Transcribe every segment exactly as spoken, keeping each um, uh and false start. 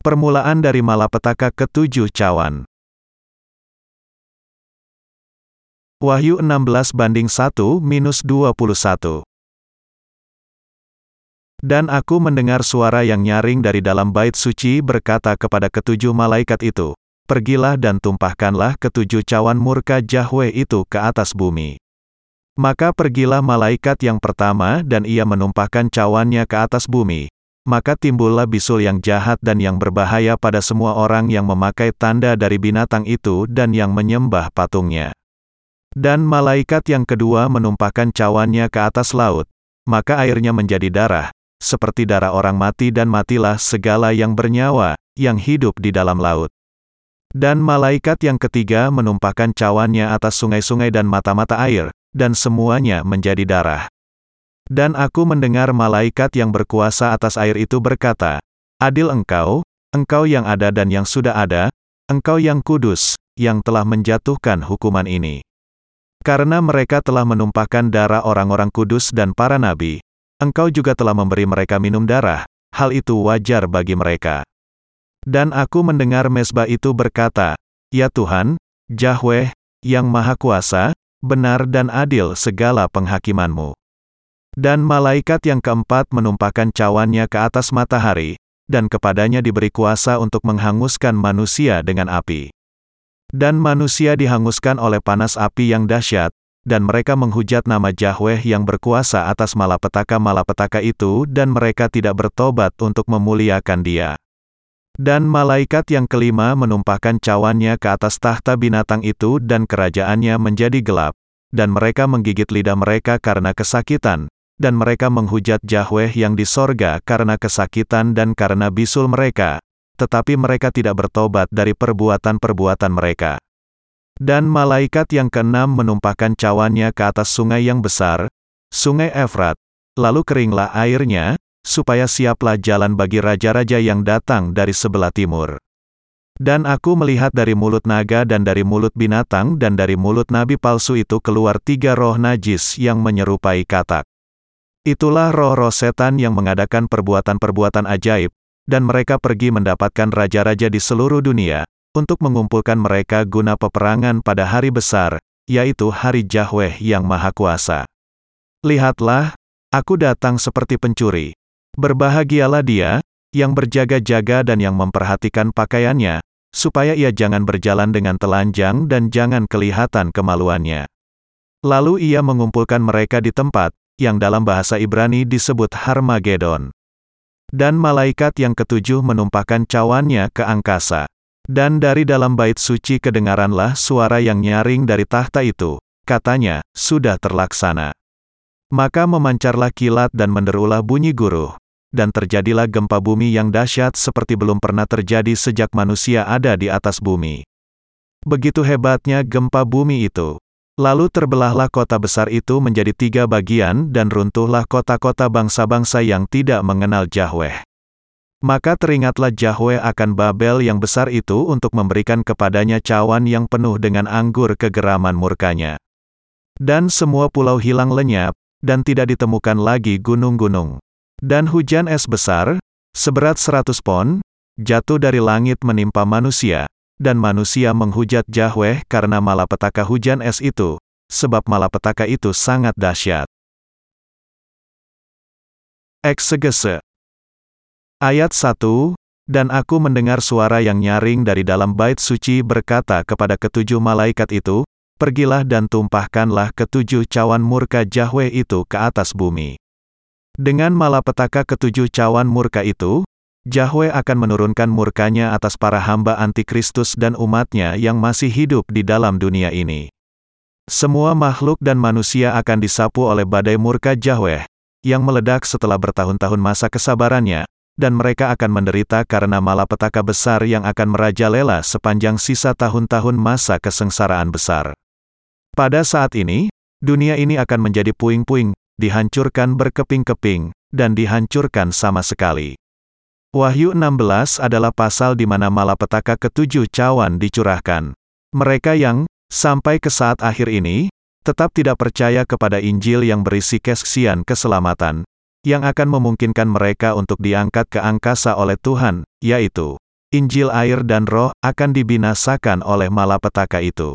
Permulaan dari malapetaka ketujuh cawan. Wahyu enam belas banding satu minus dua puluh satu. Dan aku mendengar suara yang nyaring dari dalam bait suci berkata kepada ketujuh malaikat itu, "Pergilah dan tumpahkanlah ketujuh cawan murka Yahwe itu ke atas bumi." Maka pergilah malaikat yang pertama dan ia menumpahkan cawannya ke atas bumi. Maka timbullah bisul yang jahat dan yang berbahaya pada semua orang yang memakai tanda dari binatang itu dan yang menyembah patungnya. Dan malaikat yang kedua menumpahkan cawannya ke atas laut, maka airnya menjadi darah, seperti darah orang mati, dan matilah segala yang bernyawa, yang hidup di dalam laut. Dan malaikat yang ketiga menumpahkan cawannya atas sungai-sungai dan mata-mata air, dan semuanya menjadi darah. Dan aku mendengar malaikat yang berkuasa atas air itu berkata, "Adil engkau, engkau yang ada dan yang sudah ada, engkau yang kudus, yang telah menjatuhkan hukuman ini. Karena mereka telah menumpahkan darah orang-orang kudus dan para nabi, engkau juga telah memberi mereka minum darah, hal itu wajar bagi mereka." Dan aku mendengar mezbah itu berkata, "Ya Tuhan, Yahweh, yang Maha Kuasa, benar dan adil segala penghakiman-Mu." Dan malaikat yang keempat menumpahkan cawannya ke atas matahari, dan kepadanya diberi kuasa untuk menghanguskan manusia dengan api. Dan manusia dihanguskan oleh panas api yang dahsyat, dan mereka menghujat nama Yahweh yang berkuasa atas malapetaka-malapetaka itu, dan mereka tidak bertobat untuk memuliakan Dia. Dan malaikat yang kelima menumpahkan cawannya ke atas tahta binatang itu, dan kerajaannya menjadi gelap, dan mereka menggigit lidah mereka karena kesakitan, dan mereka menghujat Yahweh yang di sorga karena kesakitan dan karena bisul mereka, tetapi mereka tidak bertobat dari perbuatan-perbuatan mereka. Dan malaikat yang keenam menumpahkan cawannya ke atas sungai yang besar, sungai Efrat, lalu keringlah airnya, supaya siaplah jalan bagi raja-raja yang datang dari sebelah timur. Dan aku melihat dari mulut naga dan dari mulut binatang dan dari mulut nabi palsu itu keluar tiga roh najis yang menyerupai katak. Itulah roh-roh setan yang mengadakan perbuatan-perbuatan ajaib, dan mereka pergi mendapatkan raja-raja di seluruh dunia, untuk mengumpulkan mereka guna peperangan pada hari besar, yaitu hari Yahweh yang Maha Kuasa. Lihatlah, aku datang seperti pencuri. Berbahagialah dia, yang berjaga-jaga dan yang memperhatikan pakaiannya, supaya ia jangan berjalan dengan telanjang dan jangan kelihatan kemaluannya. Lalu ia mengumpulkan mereka di tempat, yang dalam bahasa Ibrani disebut Harmagedon. Dan malaikat yang ketujuh menumpahkan cawannya ke angkasa. Dan dari dalam bait suci kedengaranlah suara yang nyaring dari tahta itu, katanya, "Sudah terlaksana." Maka memancarlah kilat dan menderulah bunyi guruh, dan terjadilah gempa bumi yang dahsyat seperti belum pernah terjadi sejak manusia ada di atas bumi. Begitu hebatnya gempa bumi itu. Lalu terbelahlah kota besar itu menjadi tiga bagian dan runtuhlah kota-kota bangsa-bangsa yang tidak mengenal Yahweh. Maka teringatlah Yahweh akan Babel yang besar itu untuk memberikan kepadanya cawan yang penuh dengan anggur kegeraman murkanya. Dan semua pulau hilang lenyap, dan tidak ditemukan lagi gunung-gunung. Dan hujan es besar, seberat seratus pon, jatuh dari langit menimpa manusia, dan manusia menghujat Yahweh karena malapetaka hujan es itu, sebab malapetaka itu sangat dahsyat. Eksegese. Ayat satu, Dan aku mendengar suara yang nyaring dari dalam bait suci berkata kepada ketujuh malaikat itu, "Pergilah dan tumpahkanlah ketujuh cawan murka Yahweh itu ke atas bumi." Dengan malapetaka ketujuh cawan murka itu, Yahweh akan menurunkan murkanya atas para hamba antikristus dan umatnya yang masih hidup di dalam dunia ini. Semua makhluk dan manusia akan disapu oleh badai murka Yahweh, yang meledak setelah bertahun-tahun masa kesabarannya, dan mereka akan menderita karena malapetaka besar yang akan merajalela sepanjang sisa tahun-tahun masa kesengsaraan besar. Pada saat ini, dunia ini akan menjadi puing-puing, dihancurkan berkeping-keping, dan dihancurkan sama sekali. Wahyu enam belas adalah pasal di mana malapetaka ketujuh cawan dicurahkan. Mereka yang, sampai ke saat akhir ini, tetap tidak percaya kepada Injil yang berisi kesaksian keselamatan, yang akan memungkinkan mereka untuk diangkat ke angkasa oleh Tuhan, yaitu Injil air dan roh, akan dibinasakan oleh malapetaka itu.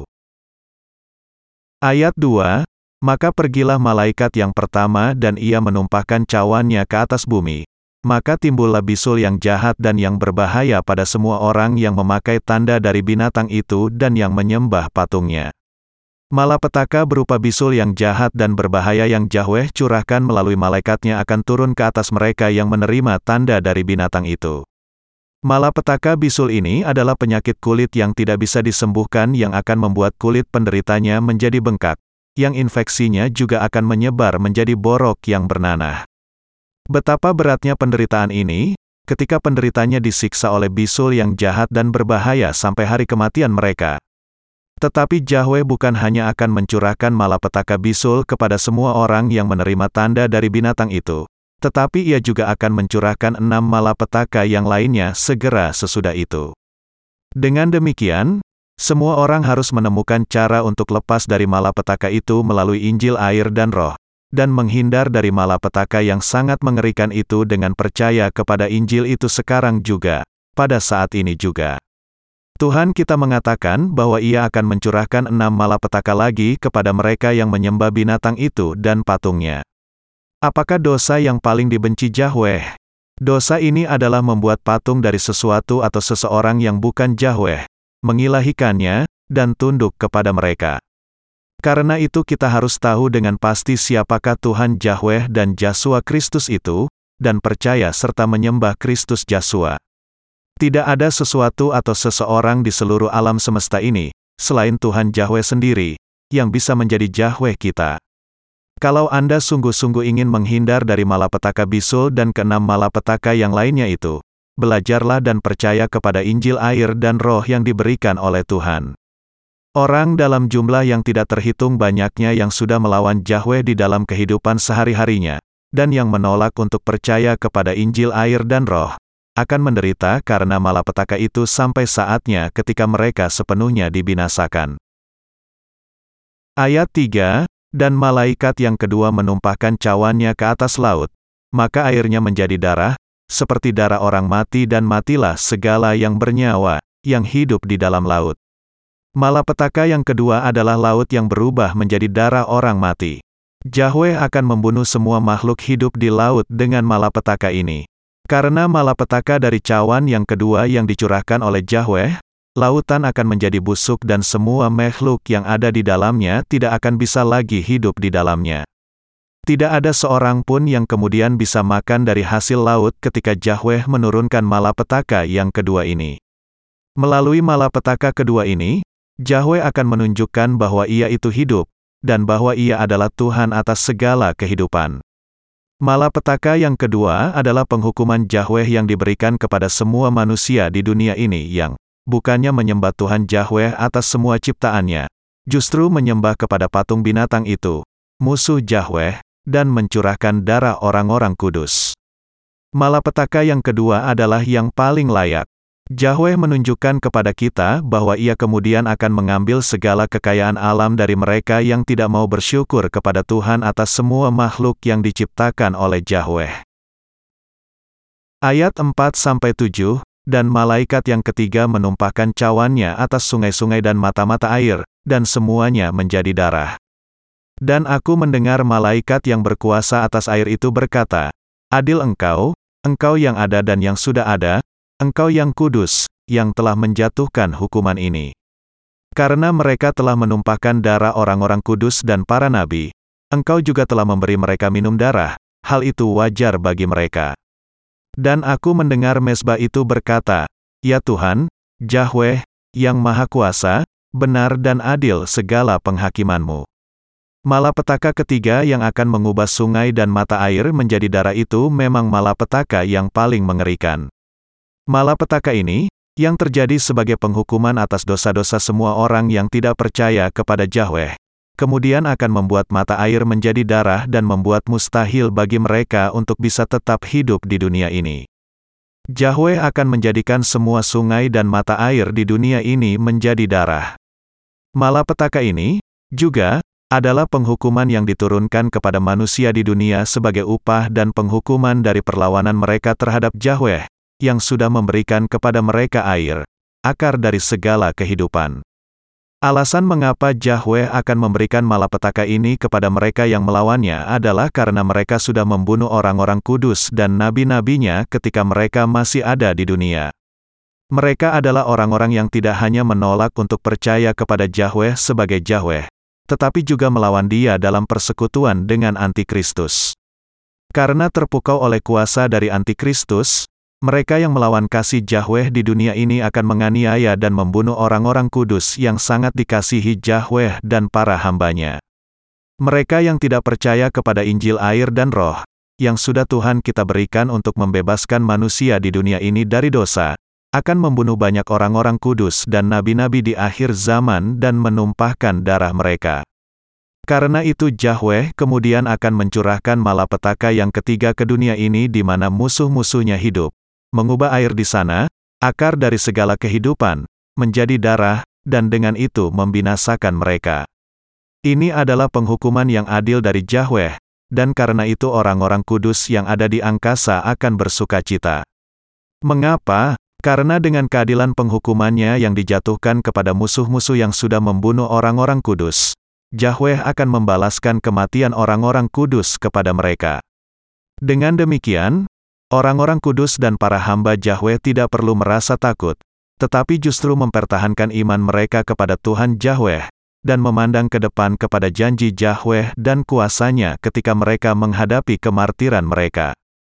Ayat dua, maka pergilah malaikat yang pertama dan ia menumpahkan cawannya ke atas bumi. Maka timbullah bisul yang jahat dan yang berbahaya pada semua orang yang memakai tanda dari binatang itu dan yang menyembah patungnya. Malapetaka berupa bisul yang jahat dan berbahaya yang Yahweh curahkan melalui malaikatnya akan turun ke atas mereka yang menerima tanda dari binatang itu. Malapetaka bisul ini adalah penyakit kulit yang tidak bisa disembuhkan yang akan membuat kulit penderitanya menjadi bengkak, yang infeksinya juga akan menyebar menjadi borok yang bernanah. Betapa beratnya penderitaan ini, ketika penderitanya disiksa oleh bisul yang jahat dan berbahaya sampai hari kematian mereka. Tetapi Yahweh bukan hanya akan mencurahkan malapetaka bisul kepada semua orang yang menerima tanda dari binatang itu, tetapi ia juga akan mencurahkan enam malapetaka yang lainnya segera sesudah itu. Dengan demikian, semua orang harus menemukan cara untuk lepas dari malapetaka itu melalui Injil air dan roh, dan menghindar dari malapetaka yang sangat mengerikan itu dengan percaya kepada Injil itu sekarang juga, pada saat ini juga. Tuhan kita mengatakan bahwa Ia akan mencurahkan enam malapetaka lagi kepada mereka yang menyembah binatang itu dan patungnya. Apakah dosa yang paling dibenci Yahweh? Dosa ini adalah membuat patung dari sesuatu atau seseorang yang bukan Yahweh, mengilahikannya, dan tunduk kepada mereka. Karena itu kita harus tahu dengan pasti siapakah Tuhan Yahweh dan Yesus Kristus itu, dan percaya serta menyembah Kristus Yesus. Tidak ada sesuatu atau seseorang di seluruh alam semesta ini, selain Tuhan Yahweh sendiri, yang bisa menjadi Yahweh kita. Kalau Anda sungguh-sungguh ingin menghindar dari malapetaka bisul dan keenam malapetaka yang lainnya itu, belajarlah dan percaya kepada Injil air dan roh yang diberikan oleh Tuhan. Orang dalam jumlah yang tidak terhitung banyaknya yang sudah melawan Yahweh di dalam kehidupan sehari-harinya, dan yang menolak untuk percaya kepada Injil air dan roh, akan menderita karena malapetaka itu sampai saatnya ketika mereka sepenuhnya dibinasakan. Ayat tiga, dan malaikat yang kedua menumpahkan cawannya ke atas laut, maka airnya menjadi darah, seperti darah orang mati dan matilah segala yang bernyawa, yang hidup di dalam laut. Malapetaka yang kedua adalah laut yang berubah menjadi darah orang mati. Yahweh akan membunuh semua makhluk hidup di laut dengan malapetaka ini. Karena malapetaka dari cawan yang kedua yang dicurahkan oleh Yahweh, lautan akan menjadi busuk dan semua makhluk yang ada di dalamnya tidak akan bisa lagi hidup di dalamnya. Tidak ada seorang pun yang kemudian bisa makan dari hasil laut ketika Yahweh menurunkan malapetaka yang kedua ini. Melalui malapetaka kedua ini, Yahweh akan menunjukkan bahwa Ia itu hidup, dan bahwa Ia adalah Tuhan atas segala kehidupan. Malapetaka yang kedua adalah penghukuman Yahweh yang diberikan kepada semua manusia di dunia ini yang, bukannya menyembah Tuhan Yahweh atas semua ciptaannya, justru menyembah kepada patung binatang itu, musuh Yahweh, dan mencurahkan darah orang-orang kudus. Malapetaka yang kedua adalah yang paling layak. Yahweh menunjukkan kepada kita bahwa Ia kemudian akan mengambil segala kekayaan alam dari mereka yang tidak mau bersyukur kepada Tuhan atas semua makhluk yang diciptakan oleh Yahweh. Ayat empat sampai tujuh, dan malaikat yang ketiga menumpahkan cawannya atas sungai-sungai dan mata-mata air, dan semuanya menjadi darah. Dan aku mendengar malaikat yang berkuasa atas air itu berkata, "Adil engkau, engkau yang ada dan yang sudah ada, engkau yang kudus, yang telah menjatuhkan hukuman ini. Karena mereka telah menumpahkan darah orang-orang kudus dan para nabi, engkau juga telah memberi mereka minum darah, hal itu wajar bagi mereka." Dan aku mendengar mezbah itu berkata, "Ya Tuhan, Yahweh, yang Maha Kuasa, benar dan adil segala penghakiman-Mu." Malapetaka ketiga yang akan mengubah sungai dan mata air menjadi darah itu memang malapetaka yang paling mengerikan. Malapetaka ini, yang terjadi sebagai penghukuman atas dosa-dosa semua orang yang tidak percaya kepada Yahweh, kemudian akan membuat mata air menjadi darah dan membuat mustahil bagi mereka untuk bisa tetap hidup di dunia ini. Yahweh akan menjadikan semua sungai dan mata air di dunia ini menjadi darah. Malapetaka ini, juga, adalah penghukuman yang diturunkan kepada manusia di dunia sebagai upah dan penghukuman dari perlawanan mereka terhadap Yahweh, yang sudah memberikan kepada mereka air, akar dari segala kehidupan. Alasan mengapa Yahweh akan memberikan malapetaka ini kepada mereka yang melawannya adalah karena mereka sudah membunuh orang-orang kudus dan nabi-nabinya ketika mereka masih ada di dunia. Mereka adalah orang-orang yang tidak hanya menolak untuk percaya kepada Yahweh sebagai Yahweh, tetapi juga melawan Dia dalam persekutuan dengan Antikristus. Karena terpukau oleh kuasa dari Antikristus, mereka yang melawan kasih Yahweh di dunia ini akan menganiaya dan membunuh orang-orang kudus yang sangat dikasihi Yahweh dan para hambanya. Mereka yang tidak percaya kepada Injil air dan roh, yang sudah Tuhan kita berikan untuk membebaskan manusia di dunia ini dari dosa, akan membunuh banyak orang-orang kudus dan nabi-nabi di akhir zaman dan menumpahkan darah mereka. Karena itu Yahweh kemudian akan mencurahkan malapetaka yang ketiga ke dunia ini di mana musuh-musuhnya hidup, mengubah air di sana, akar dari segala kehidupan, menjadi darah, dan dengan itu membinasakan mereka. Ini adalah penghukuman yang adil dari Yahweh, dan karena itu orang-orang kudus yang ada di angkasa akan bersukacita. Mengapa? Karena dengan keadilan penghukumannya yang dijatuhkan kepada musuh-musuh yang sudah membunuh orang-orang kudus, Yahweh akan membalaskan kematian orang-orang kudus kepada mereka. Dengan demikian, orang-orang kudus dan para hamba Yahweh tidak perlu merasa takut, tetapi justru mempertahankan iman mereka kepada Tuhan Yahweh, dan memandang ke depan kepada janji Yahweh dan kuasanya ketika mereka menghadapi kemartiran mereka.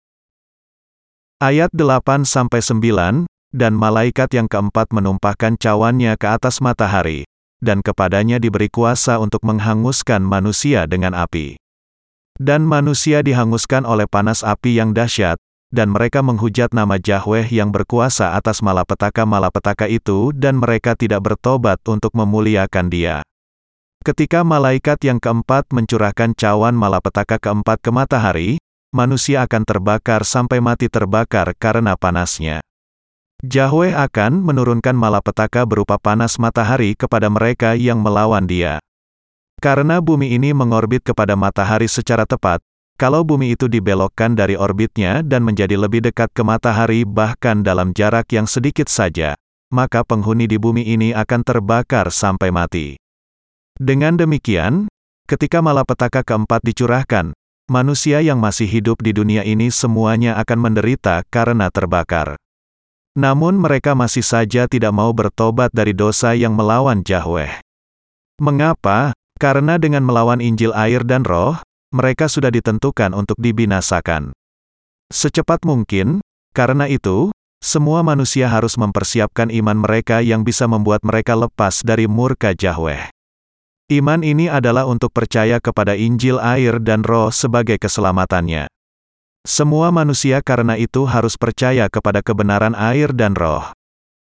Ayat delapan sampai sembilan, dan malaikat yang keempat menumpahkan cawannya ke atas matahari, dan kepadanya diberi kuasa untuk menghanguskan manusia dengan api. Dan manusia dihanguskan oleh panas api yang dahsyat, dan mereka menghujat nama Yahweh yang berkuasa atas malapetaka-malapetaka itu dan mereka tidak bertobat untuk memuliakan Dia. Ketika malaikat yang keempat mencurahkan cawan malapetaka keempat ke matahari, manusia akan terbakar sampai mati terbakar karena panasnya. Yahweh akan menurunkan malapetaka berupa panas matahari kepada mereka yang melawan Dia. Karena bumi ini mengorbit kepada matahari secara tepat, kalau bumi itu dibelokkan dari orbitnya dan menjadi lebih dekat ke matahari bahkan dalam jarak yang sedikit saja, maka penghuni di bumi ini akan terbakar sampai mati. Dengan demikian, ketika malapetaka keempat dicurahkan, manusia yang masih hidup di dunia ini semuanya akan menderita karena terbakar. Namun mereka masih saja tidak mau bertobat dari dosa yang melawan Yahweh. Mengapa? Karena dengan melawan Injil air dan roh, mereka sudah ditentukan untuk dibinasakan. Secepat mungkin, karena itu, semua manusia harus mempersiapkan iman mereka yang bisa membuat mereka lepas dari murka Yahweh. Iman ini adalah untuk percaya kepada Injil air dan roh sebagai keselamatannya. Semua manusia karena itu harus percaya kepada kebenaran air dan roh.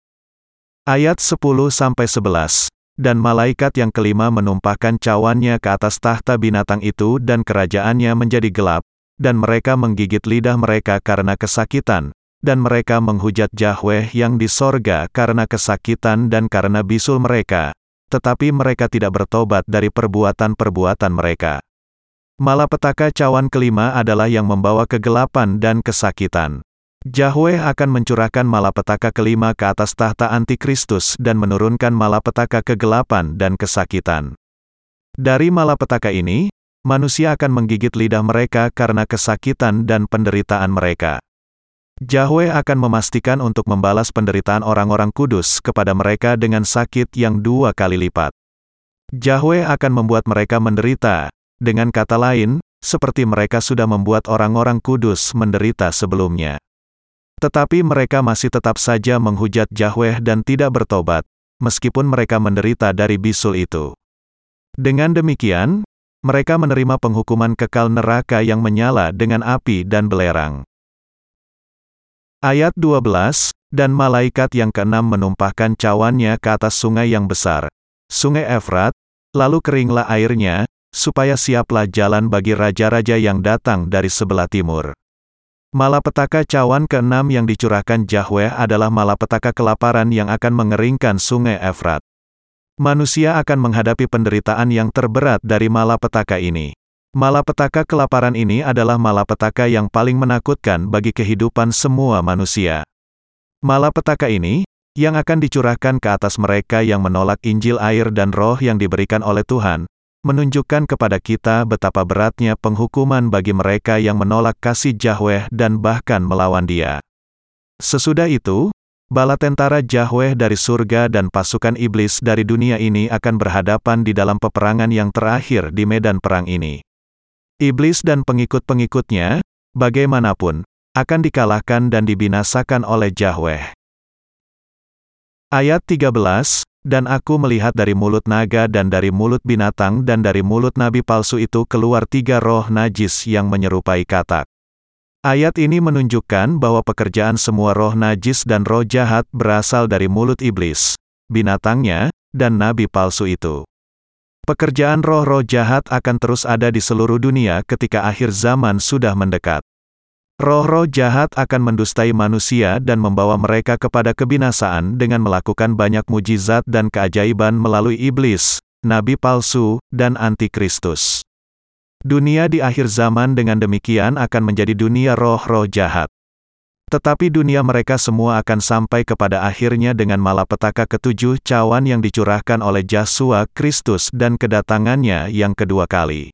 Ayat sepuluh sampai sebelas. Dan malaikat yang kelima menumpahkan cawannya ke atas tahta binatang itu dan kerajaannya menjadi gelap, dan mereka menggigit lidah mereka karena kesakitan, dan mereka menghujat Yahweh yang di sorga karena kesakitan dan karena bisul mereka, tetapi mereka tidak bertobat dari perbuatan-perbuatan mereka. Malapetaka cawan kelima adalah yang membawa kegelapan dan kesakitan. Yahweh akan mencurahkan malapetaka kelima ke atas tahta Antikristus dan menurunkan malapetaka kegelapan dan kesakitan. Dari malapetaka ini, manusia akan menggigit lidah mereka karena kesakitan dan penderitaan mereka. Yahweh akan memastikan untuk membalas penderitaan orang-orang kudus kepada mereka dengan sakit yang dua kali lipat. Yahweh akan membuat mereka menderita, dengan kata lain, seperti mereka sudah membuat orang-orang kudus menderita sebelumnya. Tetapi mereka masih tetap saja menghujat Yahweh dan tidak bertobat, meskipun mereka menderita dari bisul itu. Dengan demikian, mereka menerima penghukuman kekal neraka yang menyala dengan api dan belerang. Ayat dua belas, dan malaikat yang keenam menumpahkan cawannya ke atas sungai yang besar, sungai Efrat, lalu keringlah airnya, supaya siaplah jalan bagi raja-raja yang datang dari sebelah timur. Malapetaka cawan keenam yang dicurahkan Yahweh adalah malapetaka kelaparan yang akan mengeringkan sungai Efrat. Manusia akan menghadapi penderitaan yang terberat dari malapetaka ini. Malapetaka kelaparan ini adalah malapetaka yang paling menakutkan bagi kehidupan semua manusia. Malapetaka ini, yang akan dicurahkan ke atas mereka yang menolak Injil air dan Roh yang diberikan oleh Tuhan, menunjukkan kepada kita betapa beratnya penghukuman bagi mereka yang menolak kasih Yahweh dan bahkan melawan Dia. Sesudah itu, bala tentara Yahweh dari surga dan pasukan iblis dari dunia ini akan berhadapan di dalam peperangan yang terakhir di medan perang ini. Iblis dan pengikut-pengikutnya, bagaimanapun, akan dikalahkan dan dibinasakan oleh Yahweh. Ayat tiga belas, dan aku melihat dari mulut naga dan dari mulut binatang dan dari mulut nabi palsu itu keluar tiga roh najis yang menyerupai katak. Ayat ini menunjukkan bahwa pekerjaan semua roh najis dan roh jahat berasal dari mulut iblis, binatangnya, dan nabi palsu itu. Pekerjaan roh-roh jahat akan terus ada di seluruh dunia ketika akhir zaman sudah mendekat. Roh-roh jahat akan mendustai manusia dan membawa mereka kepada kebinasaan dengan melakukan banyak mujizat dan keajaiban melalui iblis, nabi palsu, dan antikristus. Dunia di akhir zaman dengan demikian akan menjadi dunia roh-roh jahat. Tetapi dunia mereka semua akan sampai kepada akhirnya dengan malapetaka ketujuh cawan yang dicurahkan oleh Yesus Kristus dan kedatangannya yang kedua kali.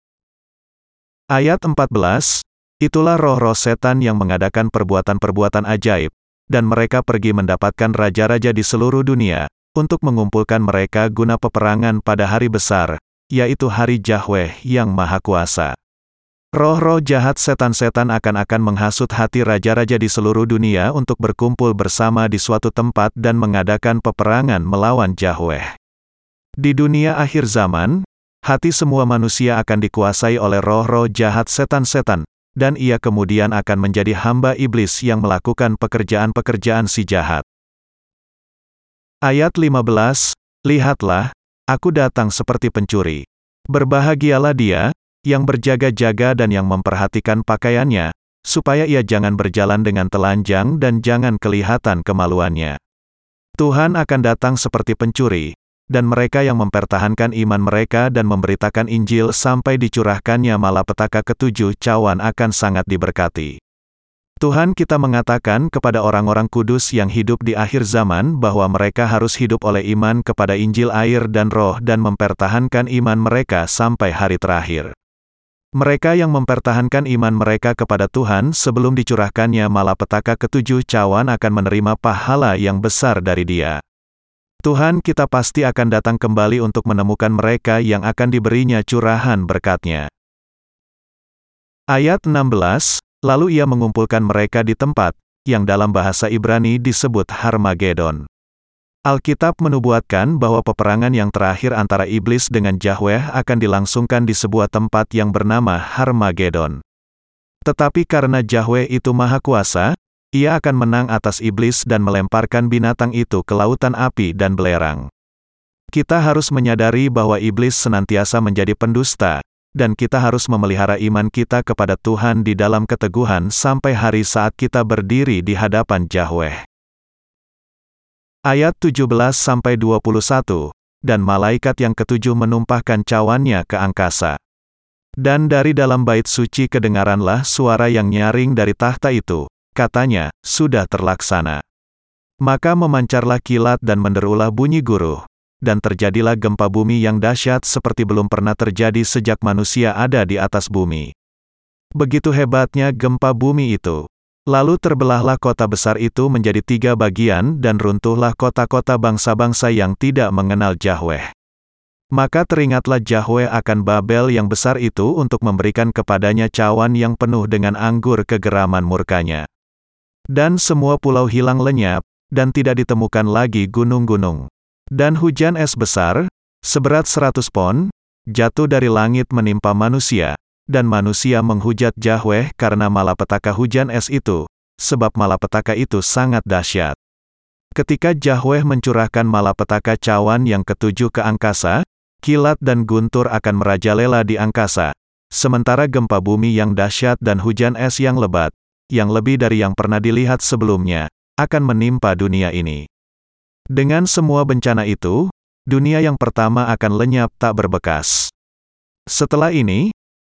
Ayat empat belas, itulah roh-roh setan yang mengadakan perbuatan-perbuatan ajaib, dan mereka pergi mendapatkan raja-raja di seluruh dunia, untuk mengumpulkan mereka guna peperangan pada hari besar, yaitu hari Yahweh yang Maha Kuasa. Roh-roh jahat setan-setan akan-akan menghasut hati raja-raja di seluruh dunia untuk berkumpul bersama di suatu tempat dan mengadakan peperangan melawan Yahweh. Di dunia akhir zaman, hati semua manusia akan dikuasai oleh roh-roh jahat setan-setan, dan ia kemudian akan menjadi hamba iblis yang melakukan pekerjaan-pekerjaan si jahat. Ayat lima belas, lihatlah, aku datang seperti pencuri. Berbahagialah dia, yang berjaga-jaga dan yang memperhatikan pakaiannya, supaya ia jangan berjalan dengan telanjang dan jangan kelihatan kemaluannya. Tuhan akan datang seperti pencuri, dan mereka yang mempertahankan iman mereka dan memberitakan Injil sampai dicurahkannya malapetaka ketujuh cawan akan sangat diberkati. Tuhan kita mengatakan kepada orang-orang kudus yang hidup di akhir zaman bahwa mereka harus hidup oleh iman kepada Injil air dan Roh dan mempertahankan iman mereka sampai hari terakhir. Mereka yang mempertahankan iman mereka kepada Tuhan sebelum dicurahkannya malapetaka ketujuh cawan akan menerima pahala yang besar dari Dia. Tuhan kita pasti akan datang kembali untuk menemukan mereka yang akan diberinya curahan berkat-Nya. Ayat enam belas, lalu Ia mengumpulkan mereka di tempat, yang dalam bahasa Ibrani disebut Harmagedon. Alkitab menubuatkan bahwa peperangan yang terakhir antara iblis dengan Yahweh akan dilangsungkan di sebuah tempat yang bernama Harmagedon. Tetapi karena Yahweh itu Maha Kuasa, Ia akan menang atas iblis dan melemparkan binatang itu ke lautan api dan belerang. Kita harus menyadari bahwa iblis senantiasa menjadi pendusta, dan kita harus memelihara iman kita kepada Tuhan di dalam keteguhan sampai hari saat kita berdiri di hadapan Yahweh. Ayat tujuh belas sampai dua puluh satu, dan malaikat yang ketujuh menumpahkan cawannya ke angkasa. Dan dari dalam bait suci kedengaranlah suara yang nyaring dari tahta itu, katanya, sudah terlaksana. Maka memancarlah kilat dan menderulah bunyi guruh, dan terjadilah gempa bumi yang dahsyat seperti belum pernah terjadi sejak manusia ada di atas bumi. Begitu hebatnya gempa bumi itu. Lalu terbelahlah kota besar itu menjadi tiga bagian dan runtuhlah kota-kota bangsa-bangsa yang tidak mengenal Yahweh. Maka teringatlah Yahweh akan Babel yang besar itu untuk memberikan kepadanya cawan yang penuh dengan anggur kegeraman murkanya. Dan semua pulau hilang lenyap, dan tidak ditemukan lagi gunung-gunung. Dan hujan es besar, seberat seratus pon, jatuh dari langit menimpa manusia. Dan manusia menghujat Yahweh karena malapetaka hujan es itu, sebab malapetaka itu sangat dahsyat. Ketika Yahweh mencurahkan malapetaka cawan yang ketujuh ke angkasa, kilat dan guntur akan merajalela di angkasa, sementara gempa bumi yang dahsyat dan hujan es yang lebat, yang lebih dari yang pernah dilihat sebelumnya, akan menimpa dunia ini. Dengan semua bencana itu, dunia yang pertama akan lenyap tak berbekas. Setelah ini,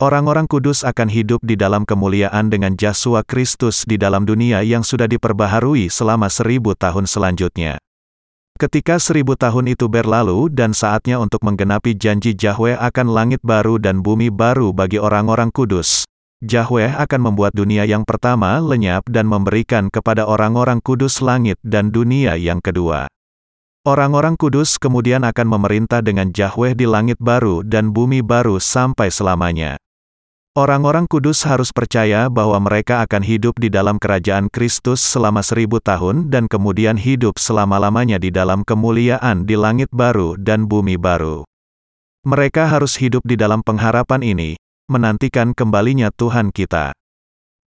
Orang-orang kudus akan hidup di dalam kemuliaan dengan Yesus Kristus di dalam dunia yang sudah diperbaharui selama seribu tahun selanjutnya. Ketika seribu tahun itu berlalu dan saatnya untuk menggenapi janji Yahweh akan langit baru dan bumi baru bagi orang-orang kudus, Yahweh akan membuat dunia yang pertama lenyap dan memberikan kepada orang-orang kudus langit dan dunia yang kedua. Orang-orang kudus kemudian akan memerintah dengan Yahweh di langit baru dan bumi baru sampai selamanya. Orang-orang kudus harus percaya bahwa mereka akan hidup di dalam kerajaan Kristus selama seribu tahun dan kemudian hidup selama-lamanya di dalam kemuliaan di langit baru dan bumi baru. Mereka harus hidup di dalam pengharapan ini, menantikan kembalinya Tuhan kita.